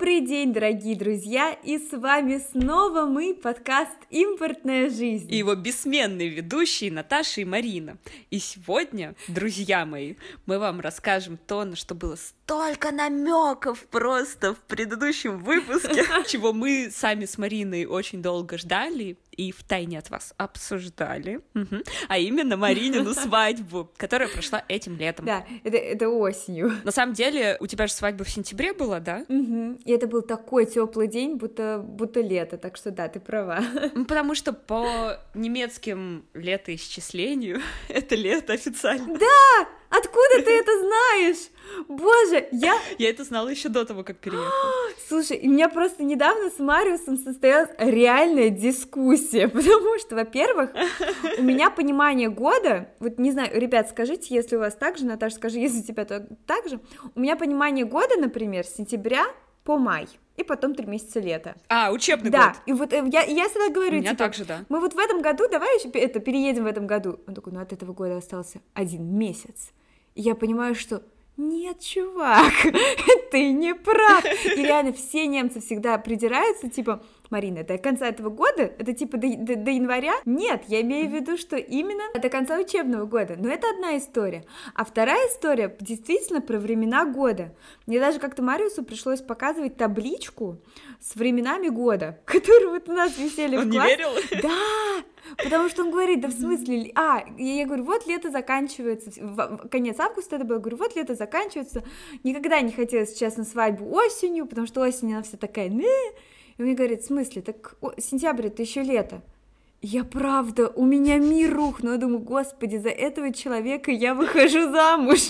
Добрый день, дорогие друзья, и с вами снова мы, подкаст «Импортная жизнь». И его бессменные ведущие Наташа и Марина. И сегодня, друзья мои, мы вам расскажем то, на что было столько намеков просто в предыдущем выпуске, чего мы сами с Мариной очень долго ждали и втайне от вас обсуждали, а именно Маринину свадьбу, которая прошла этим летом. Да, это осенью. На самом деле, у тебя же свадьба в сентябре была, да? И это был такой теплый день, будто лето, так что да, ты права. Потому что по немецким летоисчислению это лето официально. Да! Откуда ты это знаешь? Боже, я это знала еще до того, как переехала. Слушай, у меня просто недавно с Мариусом состоялась реальная дискуссия, потому что, во-первых, у меня понимание года, вот не знаю, ребят, скажите, если у вас так же, Наташа, скажи, если у тебя так же, у меня понимание года, например, с сентября по май, и потом 3 месяца лета. Учебный год. Да, и вот я всегда говорю, у меня так же, да. Мы вот в этом году, давай еще переедем в этом году. Он такой, от этого года остался 1 месяц. И я понимаю, что нет, чувак, ты не прав. И реально все немцы всегда придираются, типа, Марина, до конца этого года, это типа до января? Нет, я имею в виду, что именно до конца учебного года. Но это одна история. А вторая история действительно про времена года. Мне даже как-то Мариусу пришлось показывать табличку с временами года, которые вот у нас висели в классе. Он не верил? Да! Потому что он говорит, да в смысле, я говорю, вот лето заканчивается, конец августа это было, говорю, вот лето заканчивается, никогда не хотелось, честно, свадьбу осенью, потому что осень, она вся такая, и он мне говорит, в смысле, так сентябрь это еще лето. Я правда, у меня мир рухнул, я думаю, господи, за этого человека я выхожу замуж.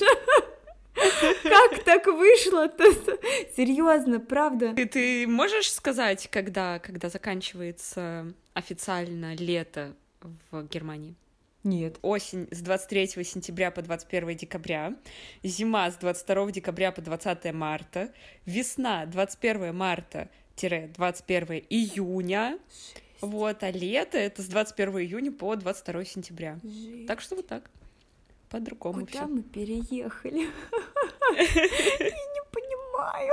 Как так вышло-то? Серьезно, правда. Ты можешь сказать, когда заканчивается официально лето в Германии? Нет. Осень с 23 сентября по 21 декабря, зима с 22 декабря по 20 марта, весна 21 марта-21 июня, вот, а лето это с 21 июня по 22 сентября. Жесть. Так что вот так. По-другому Куда всё. мы переехали? Я не понимаю.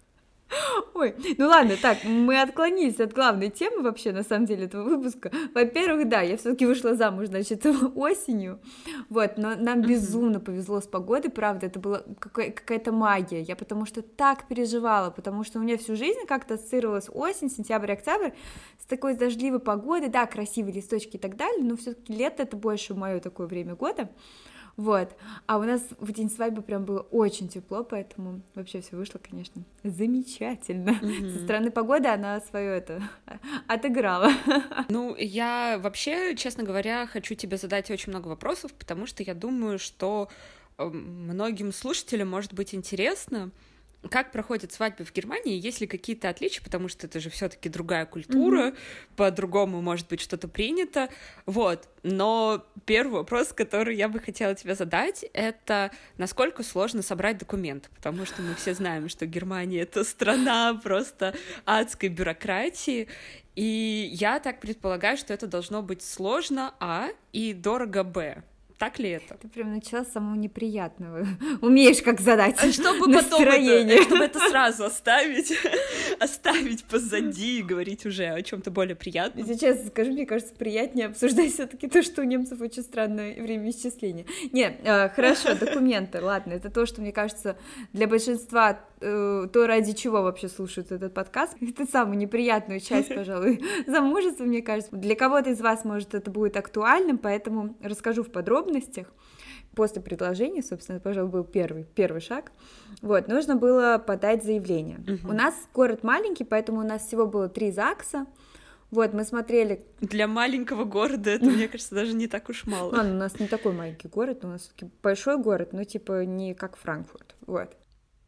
Ой, ну ладно, так, мы отклонились от главной темы вообще, на самом деле, этого выпуска. Во-первых, да, я все-таки вышла замуж, значит, осенью, вот, но нам безумно повезло с погодой, правда, это была какая-то магия, я потому что так переживала, потому что у меня всю жизнь как-то ассоциировалась осень, сентябрь, октябрь с такой дождливой погодой, да, красивые листочки и так далее, но все-таки лето — это больше мое такое время года. Вот, а у нас в день свадьбы прям было очень тепло, поэтому вообще все вышло, конечно, замечательно. Со стороны погоды она свое это отыграла. Ну, я вообще, честно говоря, хочу тебе задать очень много вопросов, потому что я думаю, что многим слушателям может быть интересно, как проходят свадьбы в Германии, есть ли какие-то отличия, потому что это же все-таки другая культура, по-другому, может быть, что-то принято, вот. Но первый вопрос, который я бы хотела тебе задать, это насколько сложно собрать документы, потому что мы все знаем, что Германия — это страна просто адской бюрократии, и я так предполагаю, что это должно быть сложно, и дорого, Так ли это? Ты прям начала с самого неприятного. Умеешь как задать чтобы настроение. Чтобы это сразу оставить позади и говорить уже о чем-то более приятном. Если честно скажу, мне кажется, приятнее обсуждать все-таки то, что у немцев очень странное время исчисления. Не, хорошо, документы, ладно, это то, что, мне кажется, для большинства то, ради чего вообще слушают этот подкаст. Это самую неприятную часть, пожалуй, замужества, мне кажется. Для кого-то из вас, может, это будет актуальным, поэтому расскажу в подробностях. После предложения, собственно, это, пожалуй, был первый шаг. Вот, нужно было подать заявление. У нас город маленький, поэтому у нас всего было 3 ЗАГСа. Вот, мы смотрели... Для маленького города это, мне кажется, даже не так уж мало. Ладно, у нас не такой маленький город, у нас большой город, но типа не как Франкфурт, вот.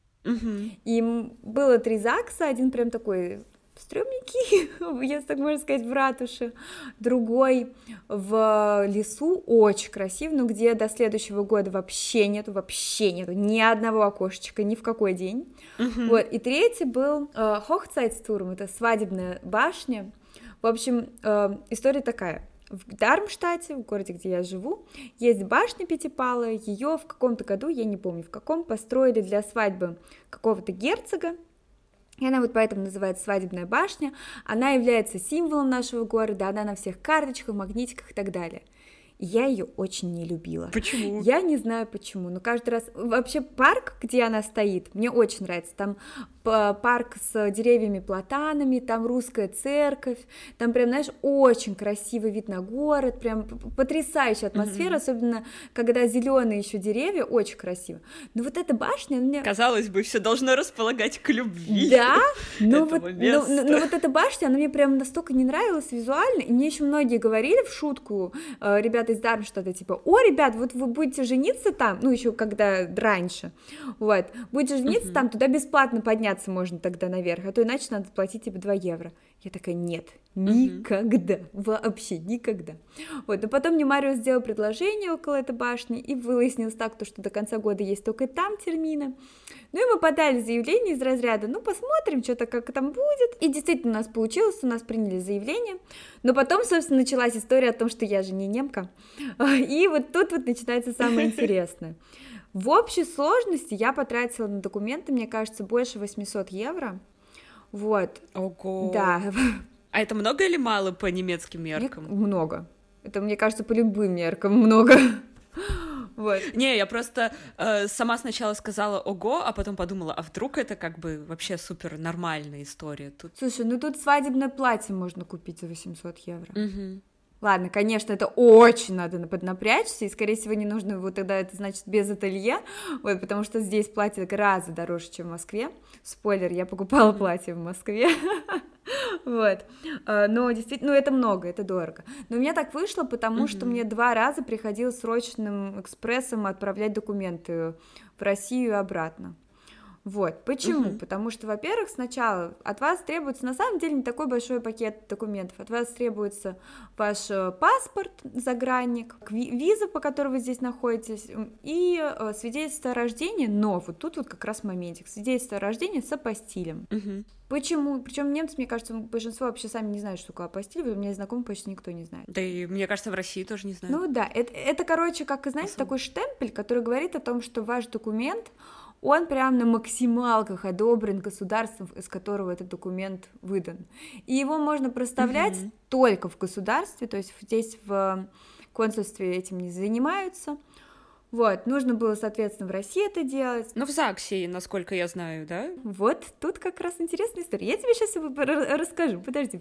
И было 3 ЗАГСа, один прям такой стрёмненький, если так можно сказать, в ратуше, другой в лесу, очень красивый, но где до следующего года вообще нету ни одного окошечка, ни в какой день. Вот, и третий был Hochzeitsturm, это свадебная башня. В общем, история такая. В Дармштадте, в городе, где я живу, есть башня пятипалая, ее в каком-то году, я не помню в каком, построили для свадьбы какого-то герцога, И она вот поэтому называется «Свадебная башня». Она является символом нашего города, она на всех карточках, магнитиках и так далее. Я ее очень не любила. Почему? Я не знаю почему, но каждый раз... Вообще парк, где она стоит, мне очень нравится. Там парк с деревьями, платанами, там русская церковь, там прям, знаешь, очень красивый вид на город, прям потрясающая атмосфера, особенно когда зеленые еще деревья, очень красиво. Но вот эта башня... Мне... Казалось бы, все должно располагать к любви. Да, но вот эта башня, она мне прям настолько не нравилась визуально, и мне еще многие говорили в шутку, ребята из Дармштадта, типа, о, ребят, вот вы будете жениться там, ну, еще когда раньше, вот, будете жениться там, туда бесплатно подняться можно тогда наверх, а то иначе надо платить типа 2 евро. Я такая, нет, никогда, вообще никогда. Вот, но потом мне Марио сделал предложение около этой башни, и выяснилось так, что до конца года есть только там термины. Ну и мы подали заявление из разряда, ну посмотрим, что-то как там будет. И действительно у нас получилось, у нас приняли заявление. Но потом, собственно, началась история о том, что я же не немка. И вот тут вот начинается самое интересное. В общей сложности я потратила на документы, мне кажется, больше 800 евро. Вот. Ого. Да. А это много или мало по немецким меркам? Много. Это, мне кажется, по любым меркам много. Вот. Не, я просто сама сначала сказала ого, а потом подумала, а вдруг это как бы вообще супер нормальная история тут. Слушай, ну тут свадебное платье можно купить за 800 евро. Ладно, конечно, это очень надо поднапрячься, и, скорее всего, не нужно его тогда, это значит, без ателье, вот, потому что здесь платье гораздо дороже, чем в Москве. Спойлер, я покупала платье в Москве, вот, но действительно, ну, это много, это дорого. Но у меня так вышло, потому что мне 2 раза приходилось срочным экспрессом отправлять документы в Россию и обратно. Вот, почему? Потому что, во-первых, сначала от вас требуется, на самом деле, не такой большой пакет документов, от вас требуется ваш паспорт, загранник, виза, по которой вы здесь находитесь, и свидетельство о рождении, но вот тут вот как раз моментик, свидетельство о рождении с апостилем. Почему? Причем немцы, мне кажется, большинство вообще сами не знают, что такое апостиль, у меня знакомых почти никто не знает. Да и, мне кажется, в России тоже не знают. Ну да, это короче, как, знаете, такой штемпель, который говорит о том, что ваш документ, он прям на максималках одобрен государством, из которого этот документ выдан. И его можно проставлять только в государстве, то есть здесь в консульстве этим не занимаются. Вот, нужно было, соответственно, в России это делать. Ну, в ЗАГСе, насколько я знаю, да? Вот, тут как раз интересная история. Я тебе сейчас расскажу, подожди.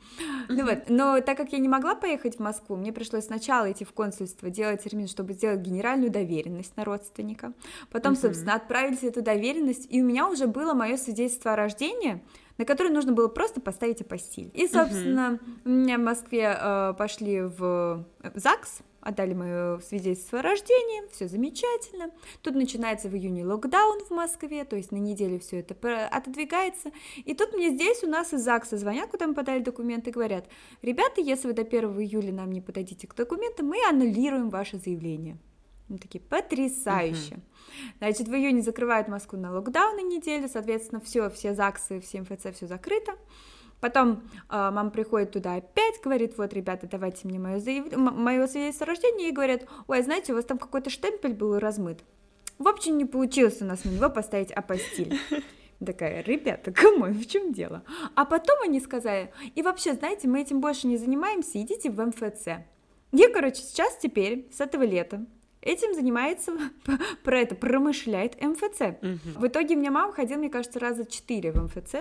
Ну вот, но так как я не могла поехать в Москву, мне пришлось сначала идти в консульство, делать термин, чтобы сделать генеральную доверенность на родственника. Потом, собственно, отправить эту доверенность, и у меня уже было мое свидетельство о рождении, на которое нужно было просто поставить апостиль. И, собственно, у меня в Москве пошли в ЗАГС, отдали мое свидетельство о рождении, все замечательно. Тут начинается в июне локдаун в Москве, то есть на неделю все это отодвигается. И тут мне здесь у нас из ЗАГСа звонят, куда мы подали документы, и говорят: ребята, если вы до 1 июля нам не подадите к документам, мы аннулируем ваше заявление. Мы такие: потрясающе. Значит, в июне закрывают Москву на локдаун на неделю, соответственно, все ЗАГСы, все МФЦ, все закрыто. Потом мама приходит туда опять, говорит: вот, ребята, давайте мне мое свидетельство о рождении, и говорят: ой, знаете, у вас там какой-то штемпель был размыт. В общем, не получилось у нас на него поставить апостиль. Такая: ребята, камон, в чем дело? А потом они сказали: и вообще, знаете, мы этим больше не занимаемся, идите в МФЦ. Я, короче, сейчас теперь, с этого лета, этим занимается, промышляет МФЦ. В итоге у меня мама ходила, мне кажется, раза 4 в МФЦ.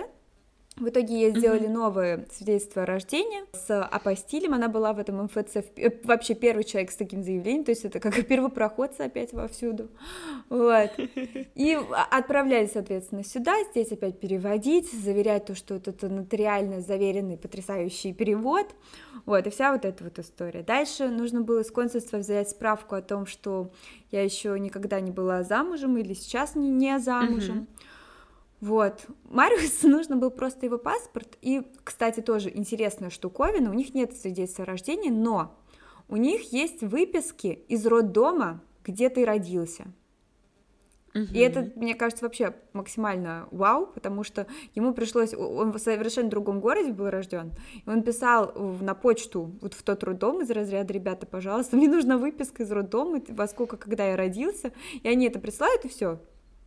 В итоге ей сделали новое свидетельство о рождении с апостилем, она была в этом МФЦ вообще первый человек с таким заявлением, то есть это как первопроходцы опять вовсюду, вот, и отправляли, соответственно, сюда, здесь опять переводить, заверять то, что это нотариально заверенный потрясающий перевод, вот, и вся вот эта вот история. Дальше нужно было из консульства взять справку о том, что я еще никогда не была замужем или сейчас не замужем. Вот, Мариусу нужно был просто его паспорт, и, кстати, тоже интересная штуковина, у них нет свидетельства о рождении, но у них есть выписки из роддома, где ты родился. И это, мне кажется, вообще максимально вау, потому что ему пришлось, он в совершенно другом городе был рожден, и он писал на почту вот в тот роддом из разряда: ребята, пожалуйста, мне нужна выписка из роддома, во сколько, когда я родился, и они это присылают, и все.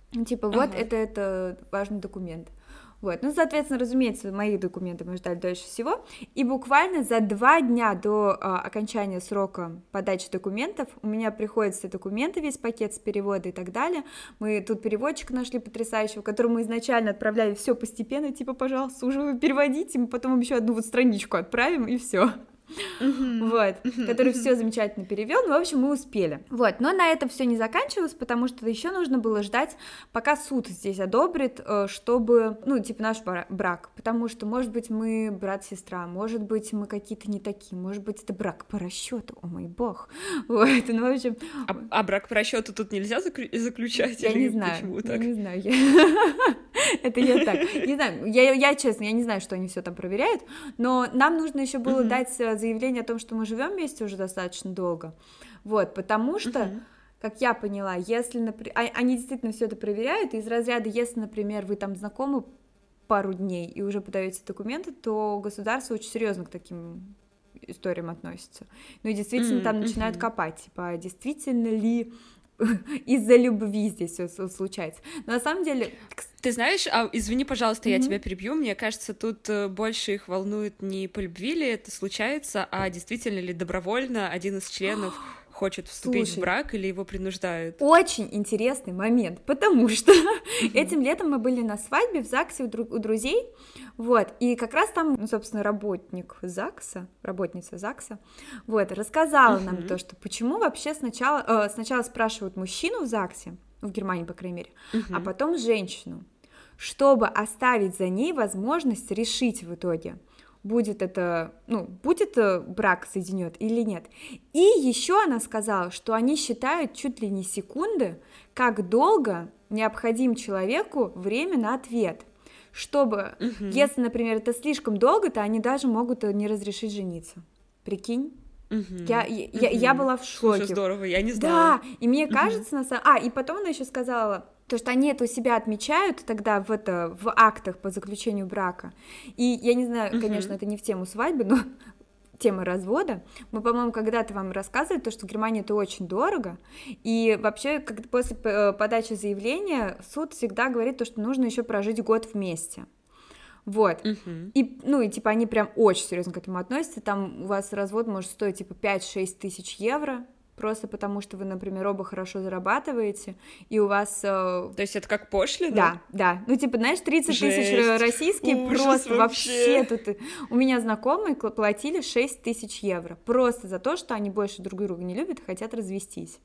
Ну, типа, вот это важный документ. Вот. Ну, соответственно, разумеется, мои документы мы ждали дольше всего, и буквально за 2 дня до окончания срока подачи документов у меня приходят все документы, весь пакет с перевода и так далее. Мы тут переводчика нашли потрясающего, которому мы изначально отправляли все постепенно, типа, пожалуйста, уже вы переводите, мы потом вам еще одну вот страничку отправим, и все. Вот, который все замечательно перевел, ну, в общем, мы успели. Вот, но на этом все не заканчивалось, потому что еще нужно было ждать, пока суд здесь одобрит, чтобы, ну, типа, наш брак, потому что, может быть, мы брат-сестра, может быть, мы какие-то не такие, может быть, это брак по расчету, о мой бог, вот, ну, в общем... А брак по расчету тут нельзя заключать? Я не знаю, я не знаю, это я так, не знаю, я честно, я не знаю, что они все там проверяют, но нам нужно еще было дать заявление о том, что мы живем вместе уже достаточно долго, вот, потому что, как я поняла, если, например, они действительно все это проверяют, из разряда, если, например, вы там знакомы пару дней и уже подаете документы, то государство очень серьезно к таким историям относится, ну и действительно там начинают копать, типа, а действительно ли из-за любви здесь все случается. Но на самом деле... Ты знаешь, извини, пожалуйста, я тебя перебью, мне кажется, тут больше их волнует не по любви ли это случается, а действительно ли добровольно один из членов хочет вступить в брак или его принуждают. Очень интересный момент, потому что этим летом мы были на свадьбе в ЗАГСе у друзей, вот, и как раз там, ну, собственно, работница ЗАГСа, вот, рассказала нам то, что почему вообще сначала спрашивают мужчину в ЗАГСе, в Германии, по крайней мере, а потом женщину, чтобы оставить за ней возможность решить в итоге, будет брак соединет или нет. И еще она сказала, что они считают чуть ли не секунды, как долго необходим человеку время на ответ, чтобы, если, например, это слишком долго, то они даже могут не разрешить жениться. Прикинь? Я была в шоке. Слушай, здорово, я не знала. Да, и мне кажется, и потом она еще сказала, то, что они это у себя отмечают тогда в актах по заключению брака. И я не знаю, конечно, это не в тему свадьбы, но тема развода. Мы, по-моему, когда-то вам рассказывали то, что в Германии это очень дорого, и вообще, после подачи заявления суд всегда говорит то, что нужно еще прожить год вместе. Вот, и, ну, и, типа, они прям очень серьезно к этому относятся, там у вас развод может стоить, типа, 5-6 тысяч евро, просто потому что вы, например, оба хорошо зарабатываете, и у вас... То есть это как пошлина? Да, ну, типа, знаешь, 30 тысяч российские, просто вообще тут... У меня знакомые платили 6 тысяч евро, просто за то, что они больше друг друга не любят и хотят развестись.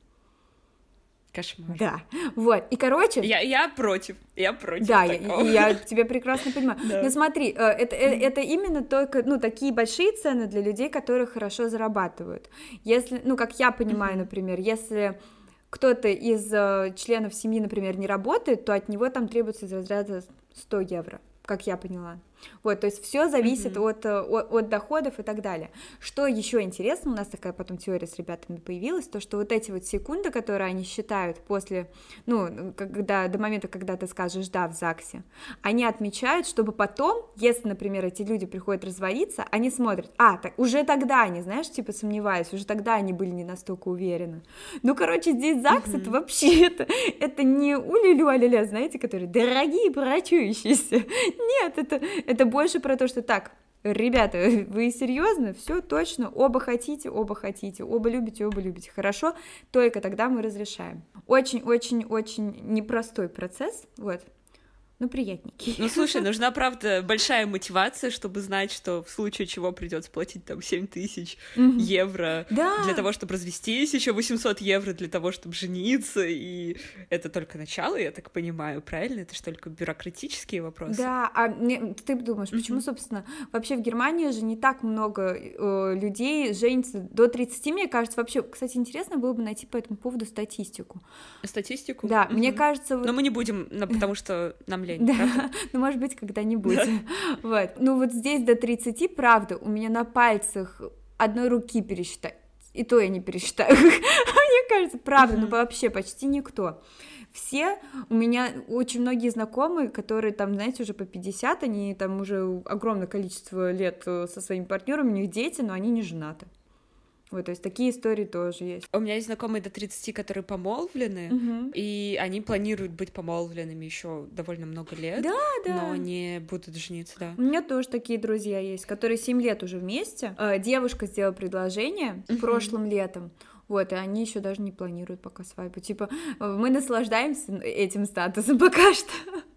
Кошмар. Да, вот, и, короче... Я против да, такого. я тебя прекрасно понимаю. Но смотри, это именно только, ну, такие большие цены для людей, которые хорошо зарабатывают. Если, ну, как я понимаю, например, если кто-то из членов семьи, например, не работает, то от него там требуется из разряда 100 евро, как я поняла. Вот, то есть все зависит от доходов и так далее. Что еще интересно, у нас такая потом теория с ребятами появилась, то, что вот эти вот секунды, которые они считают после, ну, до момента, когда ты скажешь «да» в ЗАГСе, они отмечают, чтобы потом, если, например, эти люди приходят разводиться, они смотрят, так, уже тогда они, знаешь, типа сомневались, уже тогда они были не настолько уверены. Ну, короче, здесь ЗАГС, это вообще, это не улю-лю-а-ля-ля, знаете, которые дорогие брачующиеся. Нет, это больше про то, что так, ребята, вы серьезно? Все точно, оба хотите, оба любите, хорошо, только тогда мы разрешаем. Очень-очень-очень непростой процесс, вот. Ну, приятненький. Ну, слушай, нужна, правда, большая мотивация, чтобы знать, что в случае чего придется платить там 7 тысяч евро для того, чтобы развестись, еще 800 евро для того, чтобы жениться, и это только начало, я так понимаю, правильно? Это же только бюрократические вопросы. Да, ты думаешь, почему, собственно, вообще в Германии же не так много людей женится до 30, мне кажется, вообще, кстати, интересно было бы найти по этому поводу статистику. Статистику? Да, мне кажется... Но мы не будем, потому что нам лень. Да, ну, может быть, когда-нибудь. Вот. Ну, вот здесь до 30, правда, у меня на пальцах одной руки пересчитать. И то я не пересчитаю. Мне кажется, правда, ну, вообще почти никто. Все, у меня очень многие знакомые, которые там, знаете, уже по 50, они там уже огромное количество лет со своими партнерами, у них дети, но они не женаты. Вот, то есть такие истории тоже есть. У меня есть знакомые до 30, которые помолвлены, и они планируют быть помолвленными еще довольно много лет, но не будут жениться, да. У меня тоже такие друзья есть, которые 7 лет уже вместе. Девушка сделала предложение прошлым летом, вот, и они еще даже не планируют пока свадьбу. Типа, мы наслаждаемся этим статусом пока что.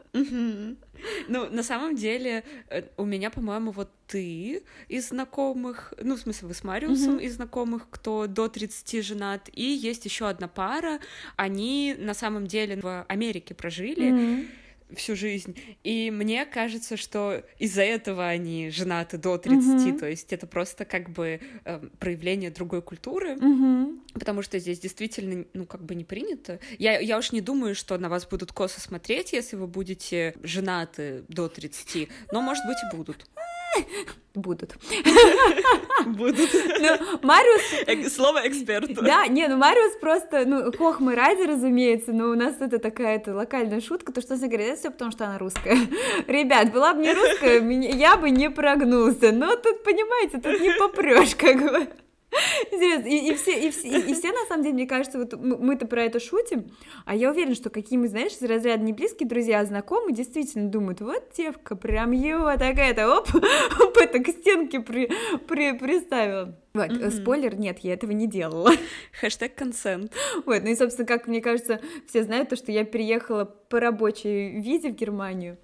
Ну, на самом деле, у меня, по-моему, вот ты из знакомых, ну, в смысле, вы с Мариусом из знакомых, кто до 30 женат, и есть еще одна пара, они на самом деле в Америке прожили всю жизнь, и мне кажется, что из-за этого они женаты до 30, то есть это просто как бы проявление другой культуры, потому что здесь действительно, ну, как бы не принято. Я уж не думаю, что на вас будут косо смотреть, если вы будете женаты до 30, но, может быть, и будут. Будут. Будут. Ну, Мариус... Слово эксперту. Да, не, ну Мариус просто, ну, хохмы ради, разумеется, но у нас это такая-то локальная шутка, то, что она говорит, это все потому, что она русская. Ребят, была бы не русская, я бы не прогнулся, но тут, понимаете, тут не попрёшь, как бы. Интересно, и все, на самом деле, мне кажется, вот мы-то про это шутим, а я уверена, что какие-мы, знаешь, из разряда не близкие друзья, а знакомые действительно думают, вот девка, прям его такая-то, оп, это к стенке приставила. Вот, спойлер, нет, я этого не делала. Хэштег консент. Вот, ну и, собственно, как мне кажется, все знают то, что я переехала по рабочей визе в Германию,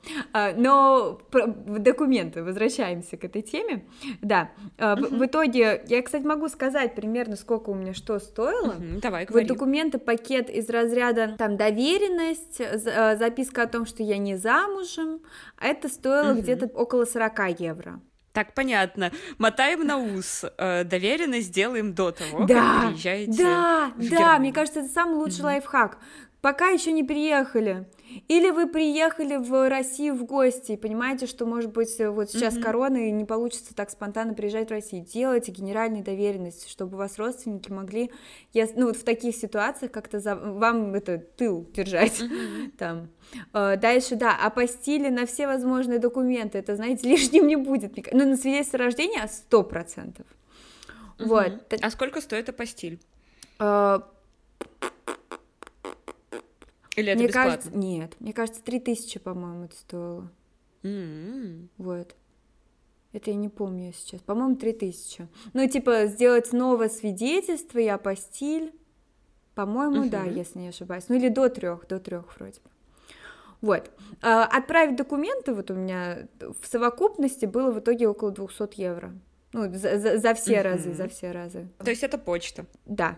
но документы, возвращаемся к этой теме, да, в итоге, я, кстати, могу сказать примерно, сколько у меня что стоило. Давай, говори. Вот документы, пакет из разряда, там, доверенность, записка о том, что я не замужем, это стоило где-то около 40 евро. Так, понятно. Мотаем на ус. Доверенность делаем до того, как приезжаете в Германию. Да, мне кажется, это самый лучший лайфхак. Пока еще не приехали. Или вы приехали в Россию в гости и понимаете, что, может быть, вот сейчас корона, и не получится так спонтанно приезжать в Россию. Делайте генеральную доверенность, чтобы у вас родственники могли, ну вот в таких ситуациях как-то вам это тыл держать. Там. Дальше, да, апостили на все возможные документы, это, знаете, лишним не будет. Ну, на свидетельство о рождении 100%. Вот. А сколько стоит апостиль? Или это бесплатно? Кажется, нет, мне кажется, 3000, по-моему, это стоило. Вот. Это я не помню сейчас. По-моему, 3000. Ну, типа, сделать новое свидетельство и апостиль. По-моему, да, если не ошибаюсь. Ну, или до 3 вроде бы. Вот. Отправить документы вот у меня в совокупности было в итоге около 200 евро. Ну, за все разы. То есть это почта? Да.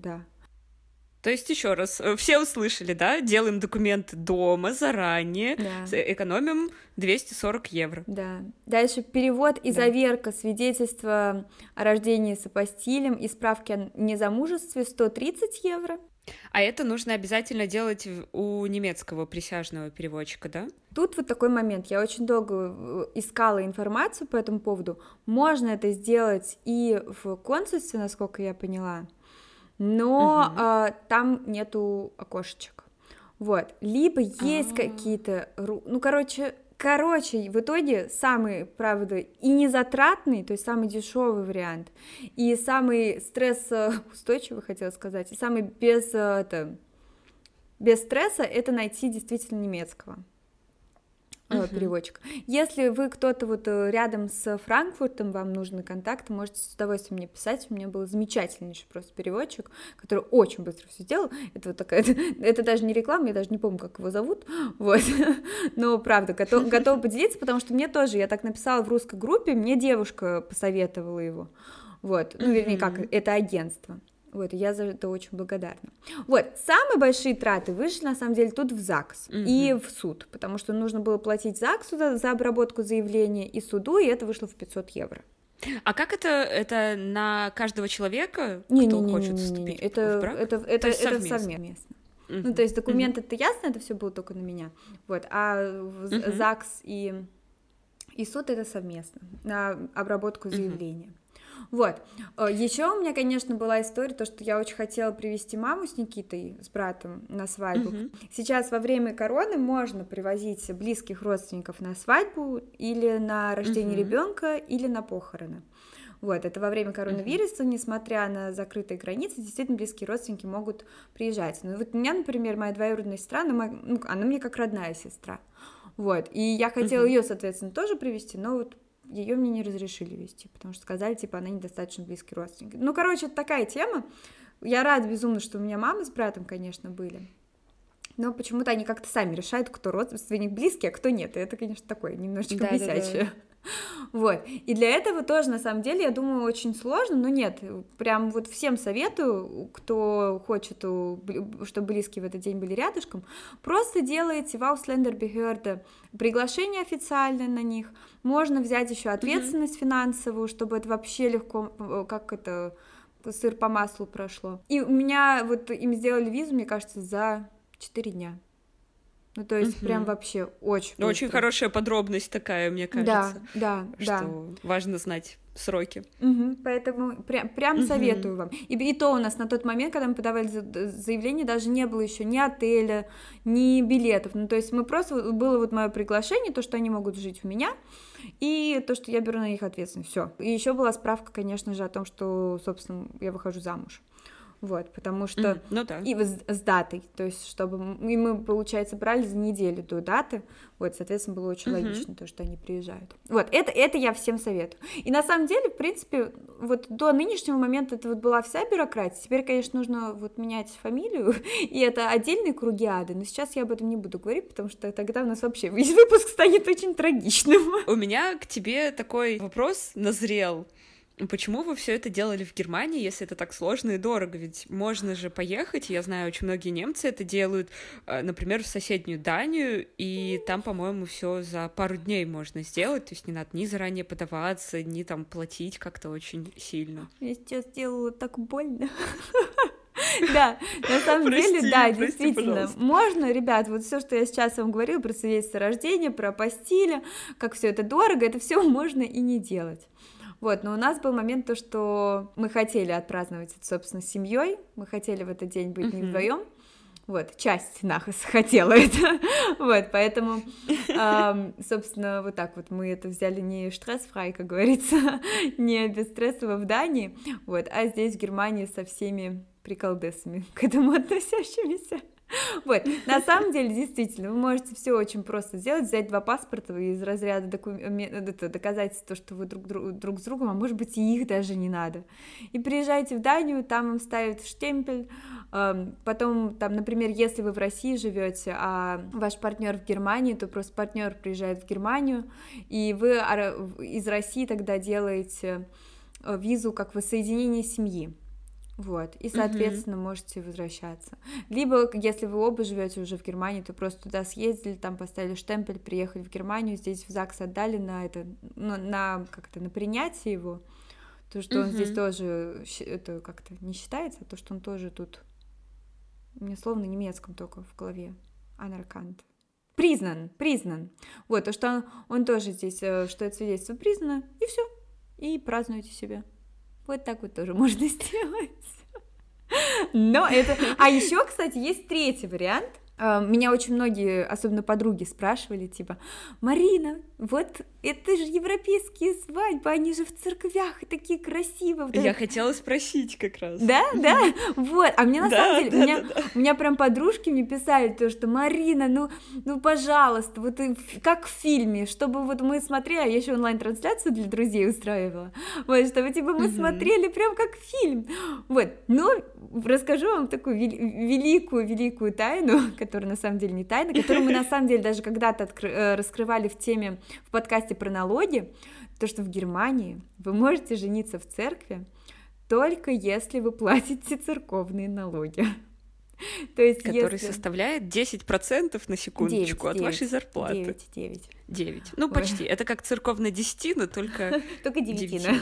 То есть, еще раз, все услышали, да? Делаем документы дома заранее, экономим 240 евро. Да. Дальше перевод и заверка свидетельства о рождении с апостилем и справки о незамужестве 130 евро. А это нужно обязательно делать у немецкого присяжного переводчика, да? Тут вот такой момент. Я очень долго искала информацию по этому поводу. Можно это сделать и в консульстве, насколько я поняла, но там нету окошечек. Вот. Либо есть какие-то... Ну, короче, в итоге самый, правда, и незатратный, то есть самый дешевый вариант, и самый стрессоустойчивый, хотела сказать, и самый без стресса — это найти действительно немецкого переводчика. Если вы кто-то вот рядом с Франкфуртом, вам нужны контакты, можете с удовольствием мне писать. У меня был замечательнейший просто переводчик, который очень быстро все сделал. Это вот такая, это даже не реклама, я даже не помню, как его зовут, вот. Но правда, готова поделиться, потому что мне тоже, я так написала в русской группе, мне девушка посоветовала его, вот, ну, вернее, как, это агентство. Вот, я за это очень благодарна. Вот, самые большие траты вышли, на самом деле, тут в ЗАГС и в суд, потому что нужно было платить ЗАГСу за обработку заявления и суду, и это вышло в 500 евро. А как это на каждого человека, кто хочет вступить в брак? Это совместно. Ну, то есть документы-то ясно, это все было только на меня, вот, а ЗАГС и суд это совместно, на обработку заявления. Вот. Еще у меня, конечно, была история, то, что я очень хотела привезти маму с Никитой, с братом, на свадьбу. Сейчас во время короны можно привозить близких родственников на свадьбу или на рождение ребенка, или на похороны. Вот, это во время коронавируса, несмотря на закрытые границы, действительно близкие родственники могут приезжать. Ну, вот у меня, например, моя двоюродная сестра, она мне как родная сестра. Вот, и я хотела ее, соответственно, тоже привезти, но вот ее мне не разрешили везти, потому что сказали, типа, она недостаточно близкий родственник. Ну, короче, это такая тема. Я рада безумно, что у меня мама с братом, конечно, были. Но почему-то они как-то сами решают, кто родственник близкий, а кто нет. И это, конечно, такое немножечко бесячее. Вот. И для этого тоже, на самом деле, я думаю, очень сложно, но нет, прям вот всем советую, кто хочет, чтобы близкие в этот день были рядышком, просто делайте в Ausländerbehörde приглашение официальное на них, можно взять еще ответственность финансовую, чтобы это вообще легко, как это, сыр по маслу прошло. И у меня вот им сделали визу, мне кажется, за 4 дня. Ну, то есть, прям вообще очень быстро. Очень хорошая подробность такая, мне кажется. Да. Что важно знать сроки. Поэтому прям советую вам. И то у нас на тот момент, когда мы подавали заявление, даже не было еще ни отеля, ни билетов. Ну, то есть, было вот мое приглашение, то, что они могут жить у меня, и то, что я беру на них ответственность. Все. И еще была справка, конечно же, о том, что, собственно, я выхожу замуж. Вот, потому что и с датой, то есть, чтобы и мы, получается, брали за неделю до даты, вот, соответственно, было очень логично то, что они приезжают. Вот, это я всем советую. И на самом деле, в принципе, вот до нынешнего момента это вот была вся бюрократия, теперь, конечно, нужно вот менять фамилию, и это отдельные круги ада, но сейчас я об этом не буду говорить, потому что тогда у нас вообще весь выпуск станет очень трагичным. У меня к тебе такой вопрос назрел. Почему вы все это делали в Германии, если это так сложно и дорого? Ведь можно же поехать, я знаю, очень многие немцы это делают, например, в соседнюю Данию, и там, по-моему, все за пару дней можно сделать, то есть не надо ни заранее подаваться, ни там платить как-то очень сильно. Я сейчас сделала так больно. Да, на самом деле, да, действительно, можно, ребят, вот все, что я сейчас вам говорила про свидетельство о рождении, про апостиль, как все это дорого, это все можно и не делать. Вот, но у нас был момент то, что мы хотели отпраздновать это, собственно, с семьей, мы хотели в этот день быть не вдвоем, вот, часть нас хотела это, вот, поэтому, собственно, вот так вот мы это взяли не стресс-фрай, как говорится, не бесстрессово в Дании, вот, а здесь в Германии со всеми приколдесами к этому относящимися. Вот, на самом деле, действительно, вы можете все очень просто сделать, взять 2 паспорта из разряда доказательства, что вы друг с другом, а может быть, и их даже не надо. И приезжаете в Данию, там вам ставят штемпель, потом, там, например, если вы в России живете, а ваш партнер в Германии, то просто партнер приезжает в Германию, и вы из России тогда делаете визу как воссоединение семьи. Вот, и, соответственно, можете возвращаться. Либо, если вы оба живете уже в Германии, то просто туда съездили, там поставили штемпель, приехали в Германию, здесь в ЗАГС отдали на принятие его, то, что он здесь тоже, это как-то не считается, то, что он тоже тут, у меня словно на немецком только в голове, anerkannt. Признан. Вот, то, что он тоже здесь, что это свидетельство признано, и все, и празднуйте себе. Вот так вот тоже можно сделать. Но это... А еще, кстати, есть третий вариант. Меня очень многие, особенно подруги, спрашивали, типа, Марина, вот это же европейские свадьбы, они же в церквях и такие красивые. Я хотела спросить как раз. Да? Вот, а мне на самом деле, у меня прям подружки мне писали то, что Марина, ну пожалуйста, вот как в фильме, чтобы вот мы смотрели, а я еще онлайн-трансляцию для друзей устраивала, вот, чтобы типа мы смотрели прям как фильм. Вот, но расскажу вам такую великую тайну, которая на самом деле не тайна, которую мы на самом деле даже когда-то раскрывали в подкасте про налоги, то, что в Германии вы можете жениться в церкви только если вы платите церковные налоги. То есть, который составляет 10% на секундочку 9, от вашей зарплаты. 9. Ну, почти. Это как церковная десятина, только... Только девятина.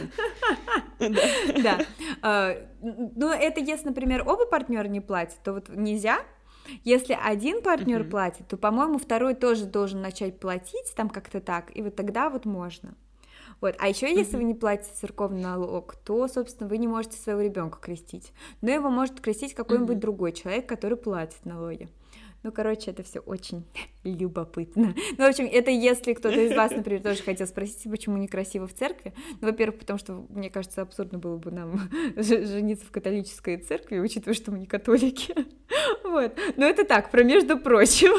Да. Но это если, например, оба партнера не платят, то вот нельзя. Если один партнер платит, то, по-моему, второй тоже должен начать платить, там как-то так, и вот тогда вот можно. Вот. А еще, если вы не платите церковный налог, то, собственно, вы не можете своего ребенка крестить. Но его может крестить какой-нибудь другой человек, который платит налоги. Ну, короче, это все очень любопытно. Ну, в общем, это если кто-то из вас, например, тоже хотел спросить, почему некрасиво в церкви. Ну, во-первых, потому что, мне кажется, абсурдно было бы нам жениться в католической церкви, учитывая, что мы не католики. Вот. Но это так, про между прочим.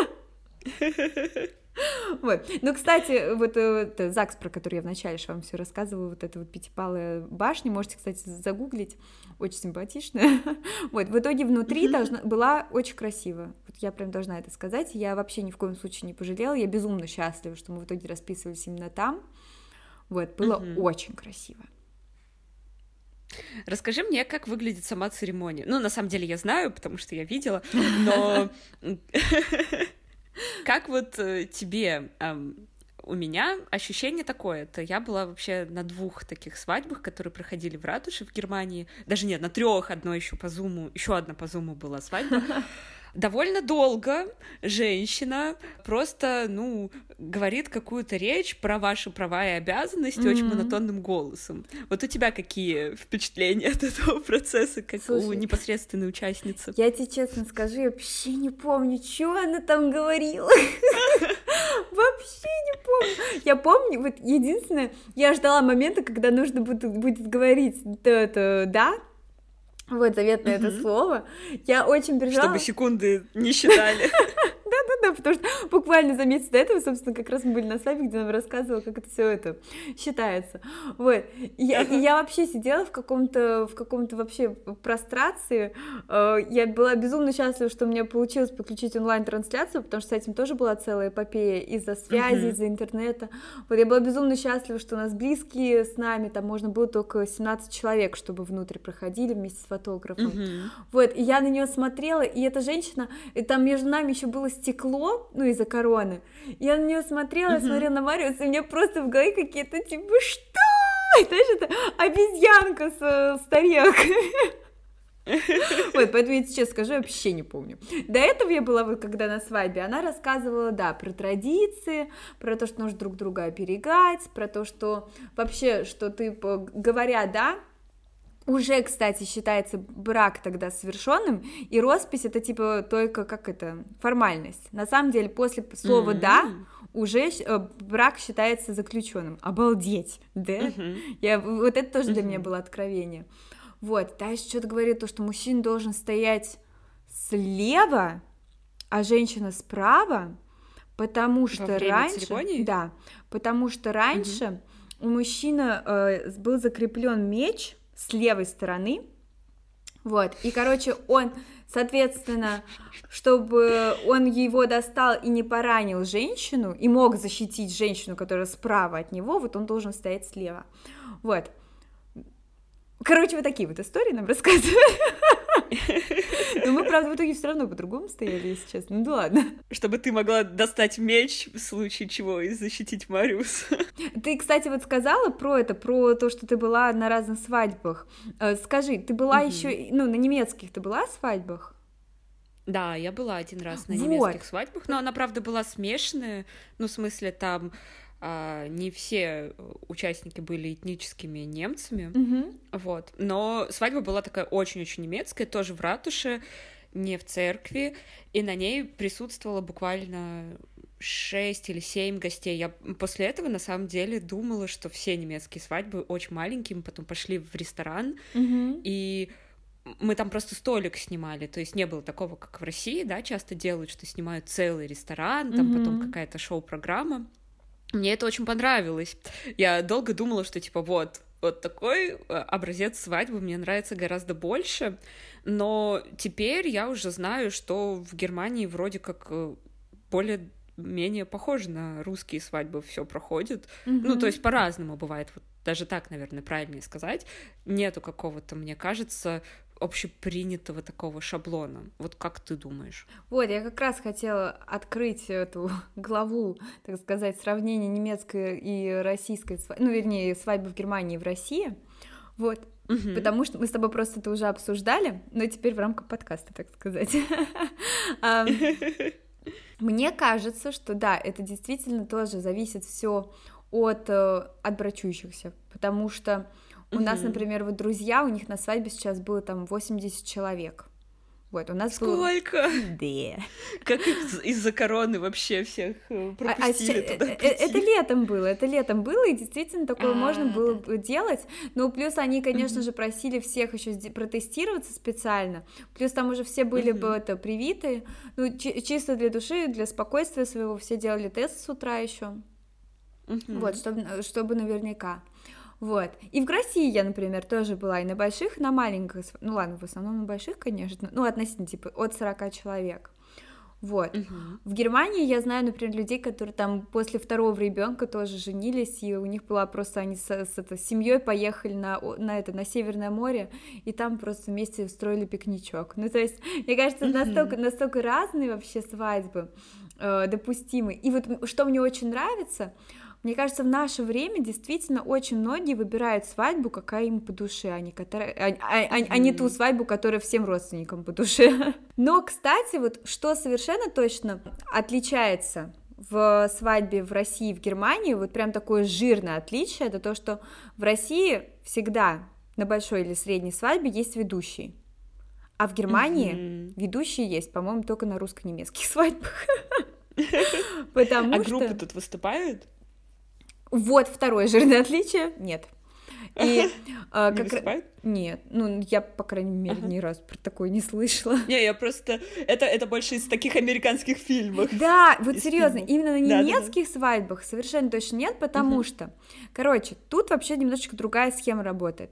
Вот. Ну, кстати, вот ЗАГС, про который я вначале вам все рассказывала, вот эта вот пятипалая башня, можете, кстати, загуглить, очень симпатичная. Вот, в итоге внутри была очень красиво. Вот я прям должна это сказать. Я вообще ни в коем случае не пожалела. Я безумно счастлива, что мы в итоге расписывались именно там. Вот, было очень красиво. Расскажи мне, как выглядит сама церемония. Ну, на самом деле я знаю, потому что я видела, но как вот тебе... У меня ощущение такое, это я была вообще на 2 таких свадьбах, которые проходили в ратуше в Германии, даже нет, на 3, одно еще по Зуму, еще одна по Зуму была свадьба. Довольно долго женщина просто, ну, говорит какую-то речь про ваши права и обязанности очень монотонным голосом. Вот у тебя какие впечатления от этого процесса, как у непосредственной участницы? Я тебе честно скажу, я вообще не помню, что она там говорила. Вообще не помню. Я помню, вот единственное, я ждала момента, когда нужно будет говорить да, вот заветное это слово. Я очень переживала. Чтобы секунды не считали. Да, потому что буквально за месяц до этого, собственно, как раз мы были на свадьбе, где нам рассказывала, как это все это считается. Вот. И я вообще сидела в каком-то вообще прострации. Я была безумно счастлива, что у меня получилось подключить онлайн-трансляцию, потому что с этим тоже была целая эпопея из-за связи, из-за интернета. Вот я была безумно счастлива, что у нас близкие с нами, там можно было только 17 человек, чтобы внутрь проходили вместе с фотографом. Вот, и я на нее смотрела, и эта женщина, и там между нами еще было стекло, ну, из-за короны. Я на нее смотрела на Мариус, и у меня просто в голове какие-то, типа, что? Знаешь, это обезьянка с тарелками. Вот, поэтому я сейчас скажу, я вообще не помню. До этого я была, вот когда на свадьбе, она рассказывала, да, про традиции, про то, что нужно друг друга оберегать, про то, что вообще, что ты, говоря «да», уже, кстати, считается брак тогда совершенным, и роспись это типа только как это формальность. На самом деле после слова «да» уже брак считается заключенным. Обалдеть, да? Вот это тоже для меня было откровение. Вот, дальше что-то говорит, то, что мужчина должен стоять слева, а женщина справа, потому что раньше... Да, потому что раньше у мужчины был закреплен меч с левой стороны, вот, и, короче, он, соответственно, чтобы он его достал и не поранил женщину, и мог защитить женщину, которая справа от него, вот он должен стоять слева, вот. Короче, вот такие вот истории нам рассказывают. Но мы, правда, в итоге все равно по-другому стояли, если честно. Ну да ладно. Чтобы ты могла достать меч в случае чего и защитить Мариус. Ты, кстати, вот сказала про то, что ты была на разных свадьбах. Скажи, ты была еще, ну, на немецких ты была свадьбах? Да, я была один раз на немецких свадьбах, но она, правда, была смешанная. Ну, в смысле, там... не все участники были этническими немцами, вот, но свадьба была такая очень-очень немецкая, тоже в ратуше, не в церкви, и на ней присутствовало буквально 6 или 7 гостей. Я после этого, на самом деле, думала, что все немецкие свадьбы очень маленькие, мы потом пошли в ресторан, и мы там просто столик снимали, то есть не было такого, как в России, да, часто делают, что снимают целый ресторан, там потом какая-то шоу-программа. Мне это очень понравилось. Я долго думала, что, типа, вот такой образец свадьбы мне нравится гораздо больше, но теперь я уже знаю, что в Германии вроде как более-менее похоже на русские свадьбы все проходит. Ну, то есть по-разному бывает. Вот даже так, наверное, правильнее сказать. Нету какого-то, мне кажется, общепринятого такого шаблона. Вот как ты думаешь? Вот, я как раз хотела открыть эту главу, так сказать, сравнения немецкой и российской, ну, вернее, свадьбы в Германии и в России, вот, потому что мы с тобой просто это уже обсуждали, но теперь в рамках подкаста, так сказать. Мне кажется, что да, это действительно тоже зависит все от брачующихся, потому что у нас, например, вот друзья, у них на свадьбе сейчас было там 80 человек. Вот, у нас Сколько? Да. Как из-за короны вообще всех пропустили туда прийти? Это летом было, и действительно такое можно было делать, но плюс они, конечно же, просили всех еще протестироваться специально, плюс там уже все были бы привиты, ну, чисто для души, для спокойствия своего, все делали тест с утра еще, вот, чтобы наверняка. Вот. И в России я, например, тоже была и на больших, и на маленьких, ну ладно, в основном на больших, конечно, ну, относительно, типа, от 40 человек. Вот. В Германии я знаю, например, людей, которые там после второго ребенка тоже женились, и у них была просто, они с семьей поехали на Северное море, и там просто вместе устроили пикничок. Ну, то есть, мне кажется, настолько разные вообще свадьбы допустимы. И вот что мне очень нравится, мне кажется, в наше время действительно очень многие выбирают свадьбу, какая им по душе, а не ту свадьбу, которая всем родственникам по душе. Но, кстати, вот что совершенно точно отличается в свадьбе в России и в Германии, вот прям такое жирное отличие, это то, что в России всегда на большой или средней свадьбе есть ведущий, а в Германии ведущие есть, по-моему, только на русско-немецких свадьбах. А группы тут выступают? Вот второе жирное отличие. Нет. И не выступают? Нет, ну я, по крайней мере, ни разу про такое не слышала. Не, я просто... Это больше из таких американских фильмов. Да, вот серьезно, именно на немецких свадьбах совершенно точно нет, потому что, короче, тут вообще немножечко другая схема работает.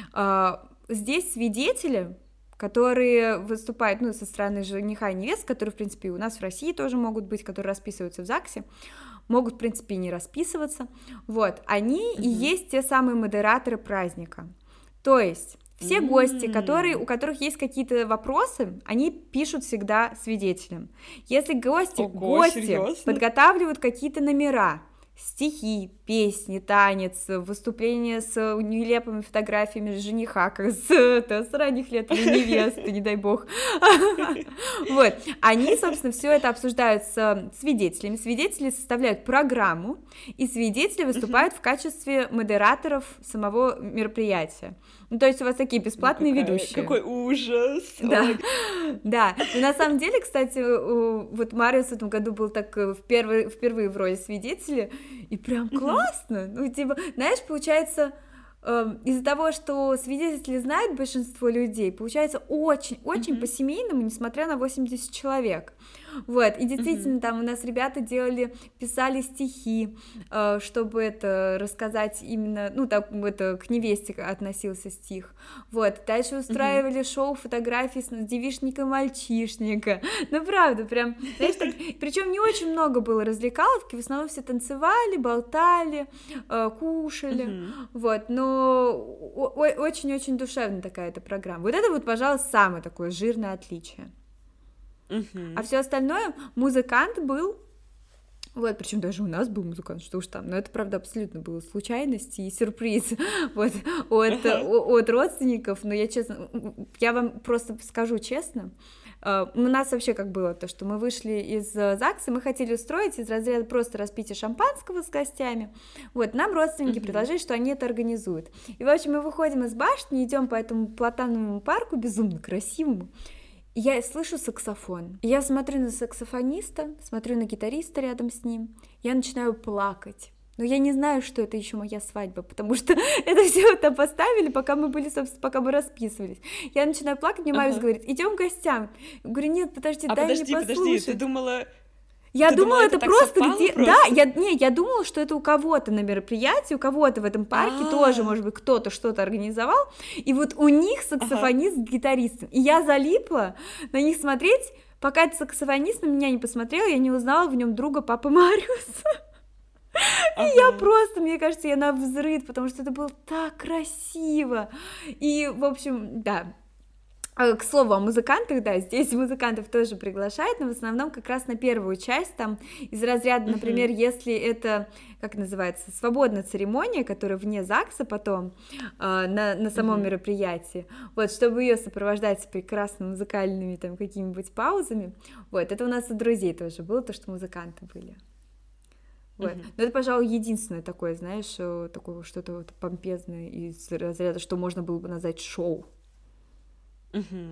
Здесь свидетели, которые выступают, ну, со стороны жениха и невесты, которые, в принципе, у нас в России тоже могут быть, которые расписываются в ЗАГСе, могут, в принципе, и не расписываться, вот, они и есть те самые модераторы праздника, то есть все гости, у которых есть какие-то вопросы, они пишут всегда свидетелям, если гости подготавливают какие-то номера, стихи, песни, танец, выступления с нелепыми фотографиями жениха, как с ранних лет или невесты, не дай бог. Вот, они, собственно, все это обсуждают с свидетелями. Свидетели составляют программу, и свидетели выступают в качестве модераторов самого мероприятия. Ну, то есть у вас такие бесплатные ведущие. Какой ужас! Да, да. Но на самом деле, кстати, вот Мариус в этом году был так впервые в роли свидетеля, и прям классно. Ну, типа, знаешь, получается, из-за того, что свидетели знают большинство людей, получается очень по-семейному, несмотря на 80 человек. Вот, и действительно, там у нас ребята писали стихи, чтобы это рассказать именно, ну, так это к невесте относился стих. Вот, дальше устраивали шоу фотографий с девичника и мальчишника. Ну, правда, прям, знаешь, так, причем не очень много было развлекаловки, в основном все танцевали, болтали, кушали, вот, но очень-очень душевная такая эта программа. Вот это вот, пожалуй, самое такое жирное отличие. А все остальное музыкант был, вот, причем даже у нас был музыкант, что уж там, но это, правда, абсолютно было случайность и сюрприз вот, от родственников, но я вам просто скажу честно, у нас вообще как было то, что мы вышли из ЗАГСа, мы хотели устроить из разряда просто распития шампанского с гостями, вот, нам родственники предложили, что они это организуют, и, в общем, мы выходим из башни, идем по этому платановому парку, безумно красивому, и я слышу саксофон, и я смотрю на саксофониста, смотрю на гитариста рядом с ним, я начинаю плакать. Но я не знаю, что это еще моя свадьба, потому что это все там поставили, пока мы были, собственно, пока мы расписывались. Я начинаю плакать, мне Мариус говорит, идем к гостям. Я говорю, нет, подожди, дай мне послушать. Подожди, ты думала... Я думала, это просто где... Да, я думала, что это у кого-то на мероприятии, у кого-то в этом парке тоже, может быть, кто-то что-то организовал, и вот у них саксофонист с гитаристом, и я залипла на них смотреть, пока этот саксофонист на меня не посмотрел, я не узнала в нем друга папы Мариуса. И я просто, мне кажется, я навзрыд, потому что это было так красиво, и, в общем, да. К слову о музыкантах, да, здесь музыкантов тоже приглашают, но в основном как раз на первую часть, там, из разряда, например, если это, как называется, свободная церемония, которая вне ЗАГСа потом, на самом мероприятии, вот, чтобы ее сопровождать прекрасными музыкальными, там, какими-нибудь паузами, вот, это у нас у друзей тоже было, то, что музыканты были. Вот. Но это, пожалуй, единственное такое, знаешь, такое что-то вот помпезное из разряда, что можно было бы назвать шоу.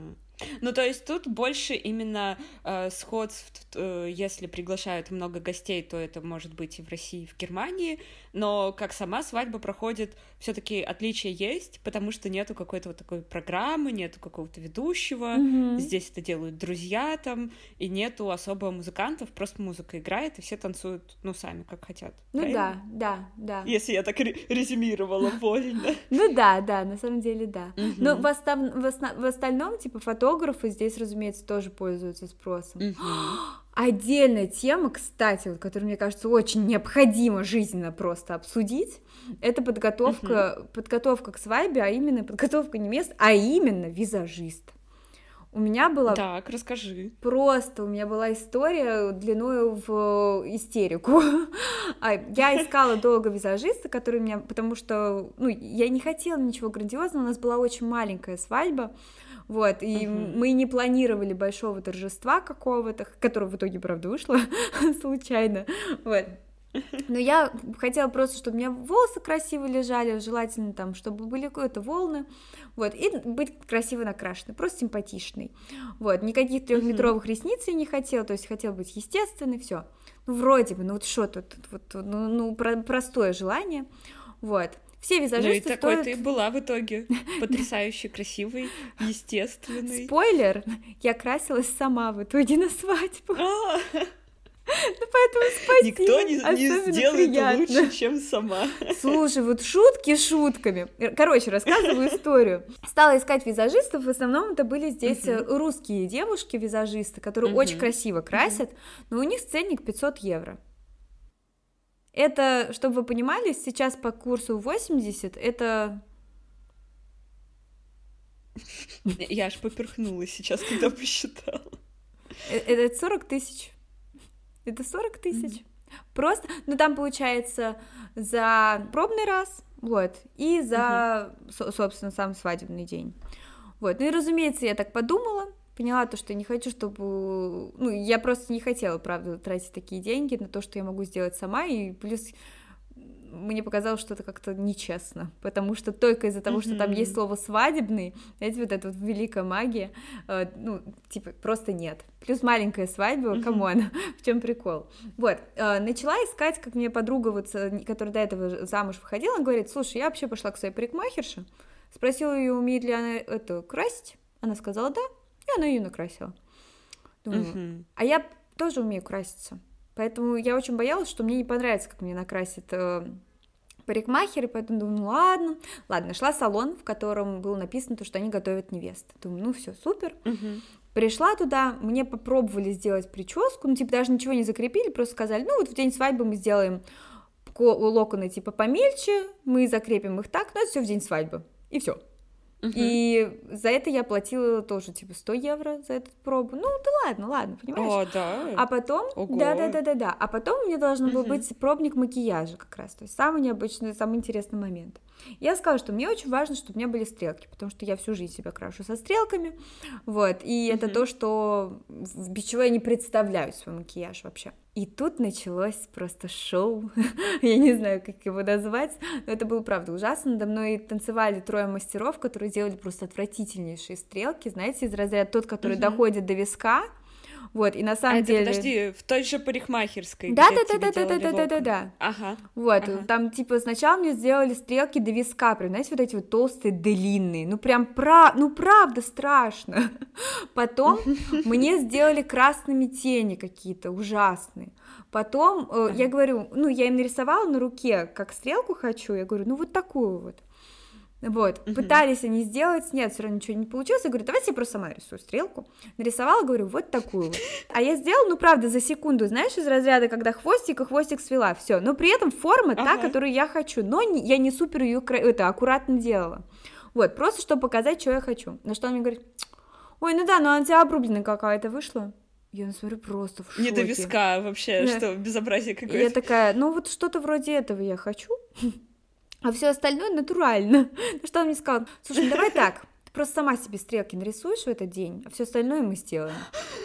Ну, то есть тут больше именно сходств, если приглашают много гостей, то это может быть и в России, и в Германии, но как сама свадьба проходит, все-таки отличия есть, потому что нету какой-то вот такой программы, нету какого-то ведущего, здесь это делают друзья там, и нету особо музыкантов, просто музыка играет, и все танцуют, ну, сами, как хотят. Ну правильно? да. Если я так резюмировала вольно. Ну да, на самом деле да. Но в остальном, типа, фотографы здесь, разумеется, тоже пользуются спросом. Отдельная тема, кстати, вот, которую, мне кажется, очень необходимо жизненно просто обсудить, это подготовка к свадьбе, а именно подготовка невест, а именно визажист. У меня была... Так, расскажи. Просто у меня была история длиною в истерику. Я искала долго визажиста, который меня... Потому что, ну, я не хотела ничего грандиозного, у нас была очень маленькая свадьба, вот, и мы не планировали большого торжества какого-то, которое в итоге, правда, вышло случайно, вот. Но я хотела просто, чтобы у меня волосы красиво лежали, желательно там, чтобы были какие-то волны, вот, и быть красиво накрашенной, просто симпатичной, вот, никаких 3-метровых ресниц я не хотела, то есть хотела быть естественной, все, ну, вроде бы, ну, вот что тут, простое желание, вот. Все визажисты ну и такой ты была в итоге, потрясающе красивой, естественной. Спойлер, я красилась сама в итоге на свадьбу. Ну, поэтому спасибо. Никто не сделает приятно. Лучше, чем сама. Слушай, вот шутки шутками. Короче, рассказываю историю. Стала искать визажистов, в основном это были здесь русские девушки-визажисты, которые очень красиво красят, но у них ценник 500 евро. Это, чтобы вы понимали, сейчас по курсу 80, это... Я аж поперхнулась сейчас, когда посчитала. Это 40 тысяч. Это 40 тысяч. Просто, ну там получается за пробный раз, вот, и за, собственно, сам свадебный день. Вот, ну и, разумеется, я так подумала, поняла то, что я не хочу, чтобы... Ну, я просто не хотела, правда, тратить такие деньги на то, что я могу сделать сама, и плюс мне показалось, что это как-то нечестно, потому что только из-за того, что там есть слово «свадебный», знаете, вот эта вот великая магия, ну, типа, просто нет. Плюс маленькая свадьба, камон, в чем прикол? Вот, начала искать, как мне подруга, вот, которая до этого замуж выходила, она говорит, слушай, я вообще пошла к своей парикмахерше, спросила ее, умеет ли она это красить, она сказала «да», и она ее накрасила. Думаю, а я тоже умею краситься. Поэтому я очень боялась, что мне не понравится, как мне накрасит парикмахер, и поэтому думаю, ну ладно. Ладно, нашла салон, в котором было написано, что они готовят невест. Думаю, ну все, супер. Пришла туда, мне попробовали сделать прическу, ну типа даже ничего не закрепили, просто сказали, ну вот в день свадьбы мы сделаем локоны типа помельче, мы закрепим их так, но это все в день свадьбы, и все. И за это я платила тоже, типа, 100 евро за эту пробу. Ну, да ладно, понимаешь? О, да? А потом... Да. А потом у меня должен был быть пробник макияжа как раз. То есть самый необычный, самый интересный момент. Я сказала, что мне очень важно, чтобы у меня были стрелки, потому что я всю жизнь себя крашу со стрелками. Вот. И это то, что... без чего я не представляю свой макияж вообще. И тут началось просто шоу, я не знаю, как его назвать, но это было, правда, ужасно. Надо мной танцевали 3 мастеров, которые делали просто отвратительнейшие стрелки, знаете, из разряда тот, который доходит до виска, вот, и на самом деле... подожди, в той же парикмахерской, да. Ага. Вот, там, типа, сначала мне сделали стрелки до виска, прям, знаете, вот эти вот толстые, длинные, ну, прям, правда страшно. Потом мне сделали красными тени какие-то ужасные. Потом я говорю, ну, я им нарисовала на руке, как стрелку хочу, я говорю, ну, вот такую вот. Вот, пытались они сделать, нет, все равно ничего не получилось, я говорю, давайте я просто сама рисую стрелку, нарисовала, говорю, вот такую вот, а я сделала, ну, правда, за секунду, знаешь, из разряда, когда хвостик свела, все, но при этом форма та, которую я хочу, но я не супер ее аккуратно делала, вот, просто чтобы показать, что я хочу, на что он мне говорит, ой, ну да, но она у тебя обрубленная какая-то вышла. Я смотрю просто в шоке. Не до виска вообще, что безобразие какое-то. Я такая, ну вот что-то вроде этого я хочу, а все остальное натурально. Ну что он мне сказал, слушай, давай так, ты просто сама себе стрелки нарисуешь в этот день, а все остальное мы сделаем.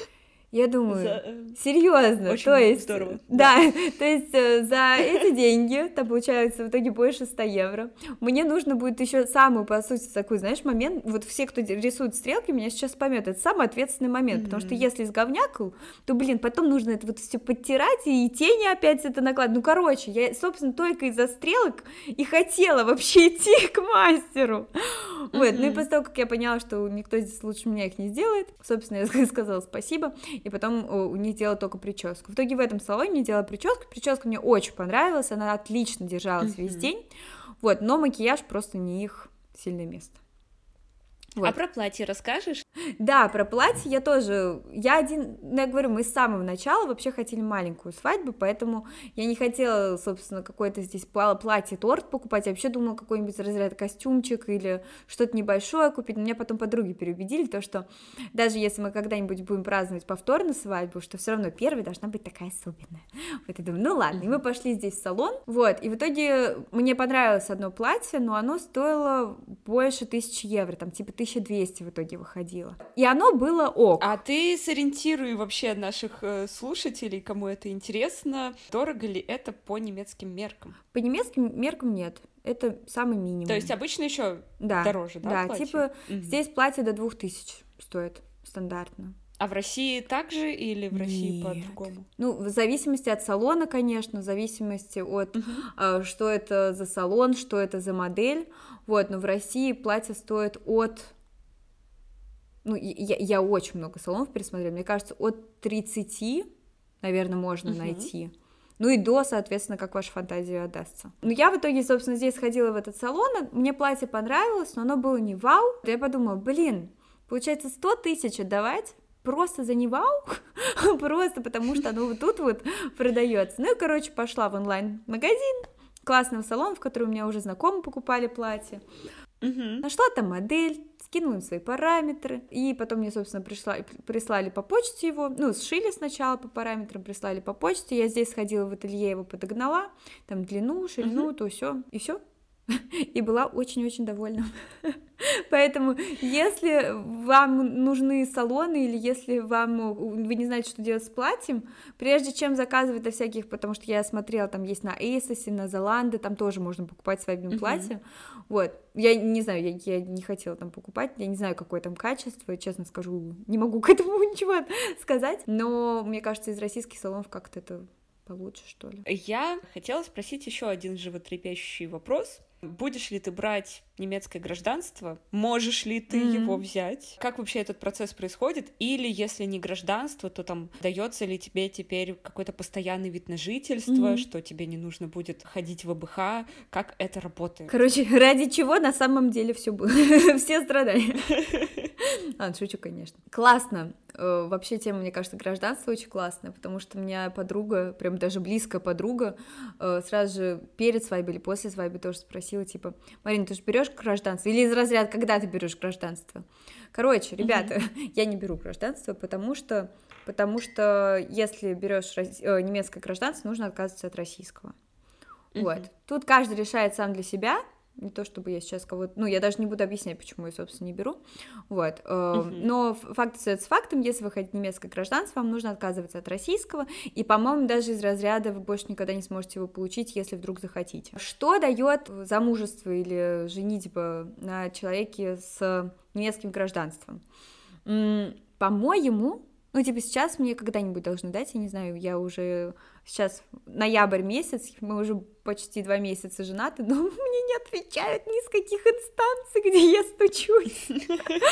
Я думаю, серьезно, Очень то есть, здорово. да, то есть за эти деньги, там получается в итоге больше 100 евро, мне нужно будет еще самую, по сути, такой, знаешь, момент, вот все, кто рисует стрелки, меня сейчас поймет, это самый ответственный момент, потому что если сговнякал, то, блин, потом нужно это вот все подтирать, и тени опять это накладывать, ну, короче, я, собственно, только из-за стрелок и хотела вообще идти к мастеру, вот, ну, и после того, как я поняла, что никто здесь лучше меня их не сделает, собственно, я сказала спасибо, и потом у них делала только прическу. В итоге в этом салоне мне делала прическа мне очень понравилась, она отлично держалась весь день, вот, но макияж просто не их сильное место. Вот. А про платье расскажешь? Да, про платье я тоже, я говорю, мы с самого начала вообще хотели маленькую свадьбу, поэтому я не хотела, собственно, какое-то здесь платье-торт покупать, я вообще думала какой-нибудь разряд костюмчик или что-то небольшое купить, но меня потом подруги переубедили, то, что даже если мы когда-нибудь будем праздновать повторно свадьбу, что все равно первая должна быть такая особенная. Вот я думаю, ну ладно, и мы пошли здесь в салон, вот, и в итоге мне понравилось одно платье, но оно стоило больше 1000 евро, там типа 1200 в итоге выходило. И оно было ок. А ты сориентируй вообще наших слушателей, кому это интересно, дорого ли это по немецким меркам? По немецким меркам нет. Это самый минимум. То есть обычно еще дороже, да? Да, платье? Типа здесь платье до 2000 стоит стандартно. А в России также или в России по-другому? Ну, в зависимости от салона, конечно, в зависимости от что это за салон, что это за модель. Вот, но в России платье стоит от... Ну, я очень много салонов пересмотрела, мне кажется, от 30, наверное, можно найти. Ну и до, соответственно, как ваша фантазия отдастся. Ну, я в итоге, собственно, здесь сходила в этот салон, мне платье понравилось, но оно было не вау. Я подумала, блин, получается 100 тысяч отдавать просто за не вау, просто потому что оно вот тут вот продается. Ну и, короче, пошла в онлайн-магазин классного салона, в который у меня уже знакомые покупали платье. Нашла там модель, скинула им свои параметры, и потом мне, собственно, прислали по почте его, ну, сшили сначала по параметрам, прислали по почте, я здесь сходила в ателье, его подогнала, там длину, ширину, то все, и все. И была очень-очень довольна. Поэтому, если вам нужны салоны, или если вы не знаете, что делать с платьем, прежде чем заказывать на всяких, потому что я смотрела, там есть на ASOS, на Zalando, там тоже можно покупать свадебное платье, вот, я не знаю, я не хотела там покупать, я не знаю, какое там качество, честно скажу, не могу к этому ничего сказать, но мне кажется, из российских салонов как-то это получше, что ли. Я хотела спросить еще один животрепещущий вопрос. Будешь ли ты брать немецкое гражданство? Можешь ли ты его взять? Как вообще этот процесс происходит? Или если не гражданство, то там дается ли тебе теперь какой-то постоянный вид на жительство, что тебе не нужно будет ходить в ВБХ? Как это работает? Короче, ради чего на самом деле все было? Все страдания. Шучу, конечно. Классно. Вообще тема, мне кажется, гражданства очень классная, потому что у меня подруга, прям даже близкая подруга, сразу же перед свадьбой или после свадьбы тоже спросила, типа, Марина, ты же берешь гражданство? Или из разряда, когда ты берешь гражданство? Короче, ребята, я не беру гражданство, потому что если берешь немецкое гражданство, нужно отказываться от российского. Вот. Тут каждый решает сам для себя. Не то чтобы я сейчас кого-то... Ну, я даже не буду объяснять, почему я, собственно, не беру. Вот. Но факт остается фактом, если вы хотите немецкое гражданство, вам нужно отказываться от российского, и, по-моему, даже из разряда вы больше никогда не сможете его получить, если вдруг захотите. Что дает замужество или женитьба на человеке с немецким гражданством? По-моему, ну, типа, сейчас мне когда-нибудь должны дать, я не знаю, я уже сейчас ноябрь месяц, мы уже почти 2 месяца женаты, но мне не отвечают ни с каких инстанций, где я стучусь.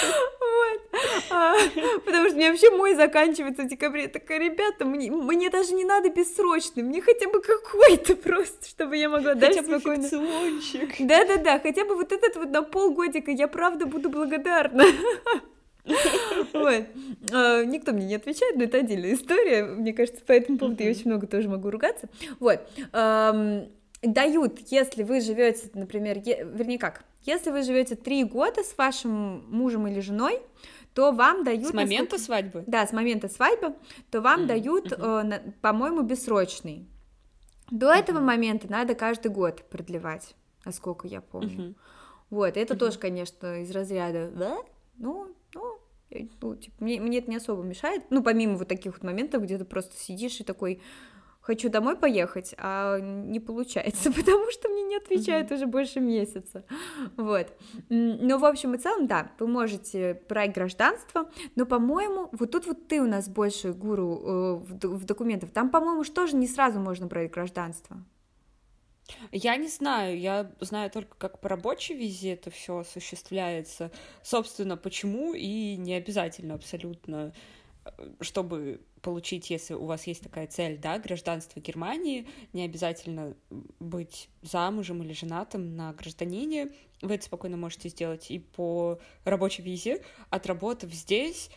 Вот. Потому что мне вообще мой заканчивается в декабре. Я такая, ребята, мне даже не надо бессрочный, мне хотя бы какой-то просто, чтобы я могла дальше спокойно... Хотя бы фикциончик. Да-да-да, хотя бы вот этот вот на полгодика, я правда буду благодарна. Вот. Никто мне не отвечает, но это отдельная история. Мне кажется, по этому поводу я очень много тоже могу ругаться. Вот. Дают, если вы живете, например, вернее как, если вы живете 3 года с вашим мужем или женой, то вам дают... С момента свадьбы? Да, с момента свадьбы, то вам дают, по-моему, бессрочный. До этого момента надо каждый год продлевать, насколько я помню. Вот, это тоже, конечно, из разряда, да? Ну, Ну, типа, мне это не особо мешает. Ну, помимо вот таких вот моментов, где ты просто сидишь и такой, хочу домой поехать, а не получается, потому что мне не отвечают уже больше месяца. Вот. Ну, в общем и целом, да, вы можете брать гражданство, но, по-моему, вот тут вот ты у нас больше гуру в документах. Там, по-моему, что же не сразу можно брать гражданство. Я не знаю, я знаю только, как по рабочей визе это все осуществляется. Собственно, почему и не обязательно абсолютно, чтобы получить, если у вас есть такая цель, да, гражданство Германии, не обязательно быть замужем или женатым на гражданине. Вы это спокойно можете сделать и по рабочей визе, отработав здесь,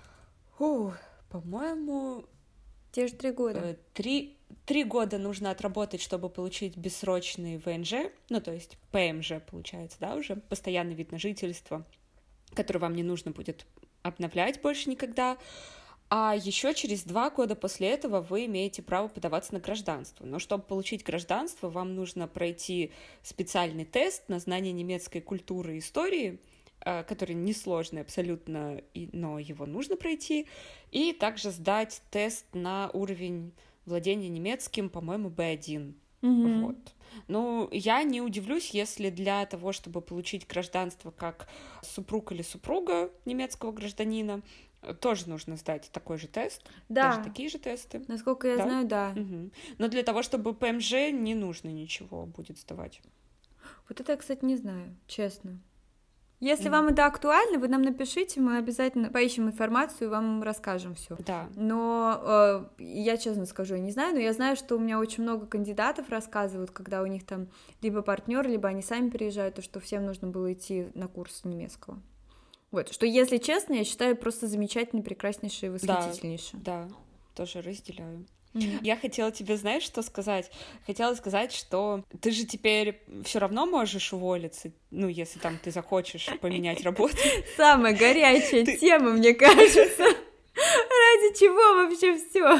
по-моему, Те же 3 года. 3 года нужно отработать, чтобы получить бессрочный ВНЖ, ну, то есть ПМЖ, получается, да, уже постоянный вид на жительство, который вам не нужно будет обновлять больше никогда. А еще через 2 года после этого вы имеете право подаваться на гражданство. Но чтобы получить гражданство, вам нужно пройти специальный тест на знание немецкой культуры и истории, который несложный абсолютно, но его нужно пройти, и также сдать тест на уровень владения немецким, по-моему, B1. Вот. Ну, я не удивлюсь, если для того, чтобы получить гражданство как супруг или супруга немецкого гражданина, тоже нужно сдать такой же тест, Да. даже такие же тесты. Насколько я знаю, да. Угу. Но для того, чтобы ПМЖ, не нужно ничего будет сдавать. Вот это я, кстати, не знаю, честно. Если вам это актуально, вы нам напишите, мы обязательно поищем информацию и вам расскажем все. Да. Но я честно скажу, я не знаю, но я знаю, что у меня очень много кандидатов рассказывают, когда у них там либо партнер, либо они сами приезжают, то что всем нужно было идти на курс немецкого. Вот, что, если честно, я считаю просто замечательно, прекраснейшее и восхитительнейшее. Да, тоже разделяю. Я хотела тебе, знаешь, что сказать? Хотела сказать, что ты же теперь все равно можешь уволиться, ну, если там ты захочешь поменять работу. Самая горячая тема, мне кажется. Ради чего вообще все?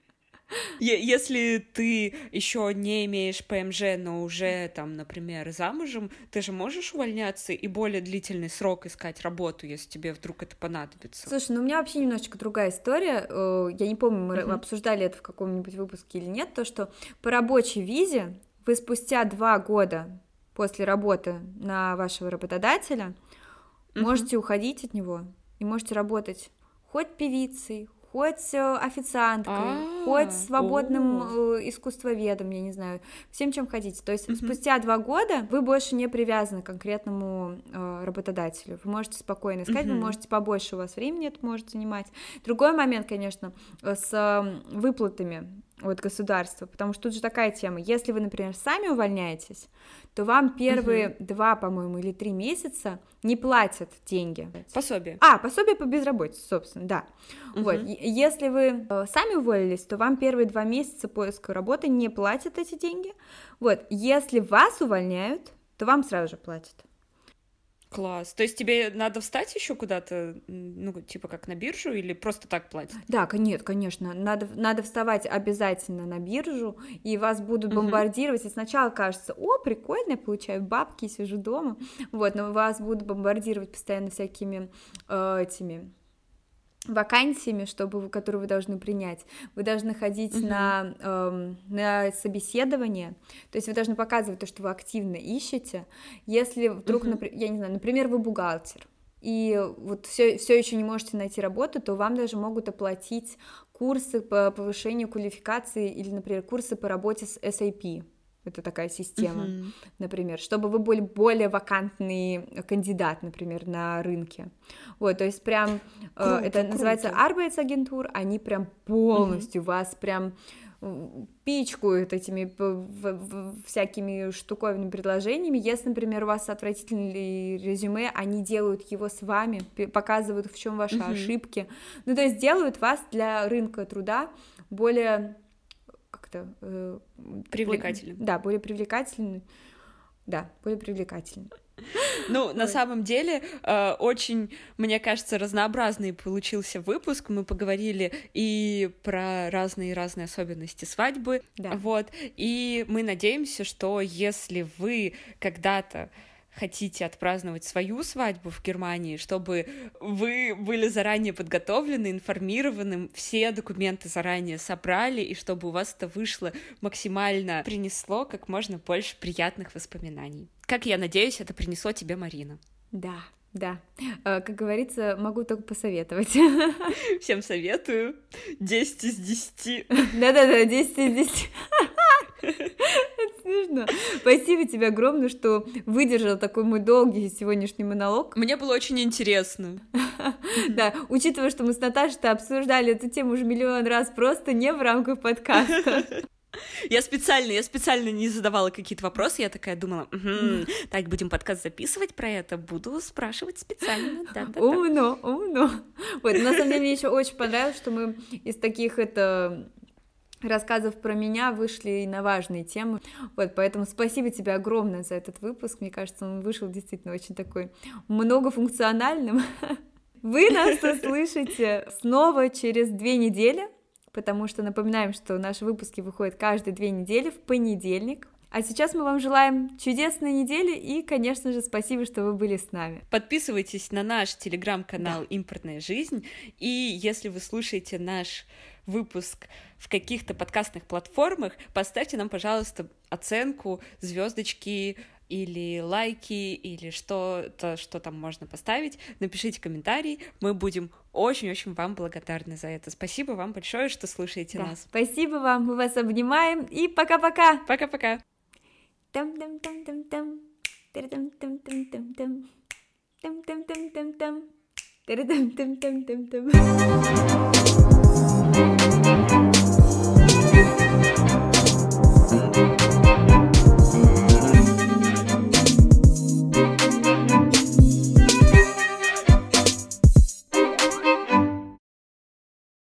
Если ты еще не имеешь ПМЖ, но уже там, например, замужем, ты же можешь увольняться и более длительный срок искать работу, если тебе вдруг это понадобится. Слушай, ну у меня вообще немножечко другая история. Я не помню, мы обсуждали это в каком-нибудь выпуске или нет, то, что по рабочей визе вы спустя 2 года после работы на вашего работодателя можете уходить от него и можете работать хоть певицей, хоть официанткой, хоть свободным искусствоведом, я не знаю, всем, чем хотите. То есть спустя 2 года вы больше не привязаны к конкретному работодателю. Вы можете спокойно искать, вы можете побольше, у вас времени это может занимать. Другой момент, конечно, с выплатами от государства, потому что тут же такая тема. Если вы, например, сами увольняетесь, то вам первые 2, по-моему, или 3 месяца не платят деньги. Пособие. Пособие по безработице, собственно, да. Вот. Если вы сами уволились, то вам первые 2 месяца поиска работы не платят эти деньги. Вот. Если вас увольняют, то вам сразу же платят. Класс. То есть тебе надо встать еще куда-то, ну, типа как на биржу, или просто так платят? Да, нет, конечно. Надо вставать обязательно на биржу, и вас будут бомбардировать. И сначала кажется, прикольно, я получаю бабки, сижу дома. Вот, но вас будут бомбардировать постоянно всякими этими вакансиями, которые вы должны принять. Вы должны ходить на собеседование, то есть вы должны показывать то, что вы активно ищете. Если вдруг, я не знаю, например, вы бухгалтер, и вот все еще не можете найти работу, то вам даже могут оплатить курсы по повышению квалификации или, например, курсы по работе с SAP. Это такая система, например, чтобы вы были более вакантный кандидат, например, на рынке. Вот, то есть прям это называется Arbeitsagentur, они прям полностью вас прям пичкают этими всякими штуковыми предложениями. Если, например, у вас отвратительное резюме, они делают его с вами, показывают, в чем ваши ошибки. Ну, то есть делают вас для рынка труда более привлекательным. Да, более привлекательным. Да, более привлекательным. Ну, на самом деле, очень, мне кажется, разнообразный получился выпуск. Мы поговорили и про разные особенности свадьбы. Да. Вот. И мы надеемся, что если вы когда-то хотите отпраздновать свою свадьбу в Германии, чтобы вы были заранее подготовлены, информированы, все документы заранее собрали, и чтобы у вас это вышло максимально, принесло как можно больше приятных воспоминаний. Как я надеюсь, это принесло тебе, Марина. Да. Как говорится, могу только посоветовать. Всем советую. 10 из 10. Да, 10 из 10. Это смешно. Спасибо тебе огромное, что выдержал такой мой долгий сегодняшний монолог. Мне было очень интересно. Да, учитывая, что мы с Наташей-то обсуждали эту тему уже миллион раз, просто не в рамках подкаста. Я специально не задавала какие-то вопросы, я такая думала, так, будем подкаст записывать про это, буду спрашивать специально. Да. Умно. Вот, на самом деле, мне еще очень понравилось, что мы из таких рассказов про меня вышли и на важные темы. Вот, поэтому спасибо тебе огромное за этот выпуск. Мне кажется, он вышел действительно очень такой многофункциональным. Вы нас услышите снова через 2 недели, потому что напоминаем, что наши выпуски выходят каждые 2 недели в понедельник. А сейчас мы вам желаем чудесной недели и, конечно же, спасибо, что вы были с нами. Подписывайтесь на наш телеграм-канал «Импортная жизнь», и если вы слушаете наш выпуск в каких-то подкастных платформах, поставьте нам, пожалуйста, оценку, звездочки или лайки, или что-то, что там можно поставить. Напишите комментарий, мы будем очень-очень вам благодарны за это. Спасибо вам большое, что слушаете нас. Спасибо вам, мы вас обнимаем, и пока-пока! Пока-пока! Там-там-там-там-там. Там-там-там-там-там. Там-там-там-там-там. Там-там-там-там-там.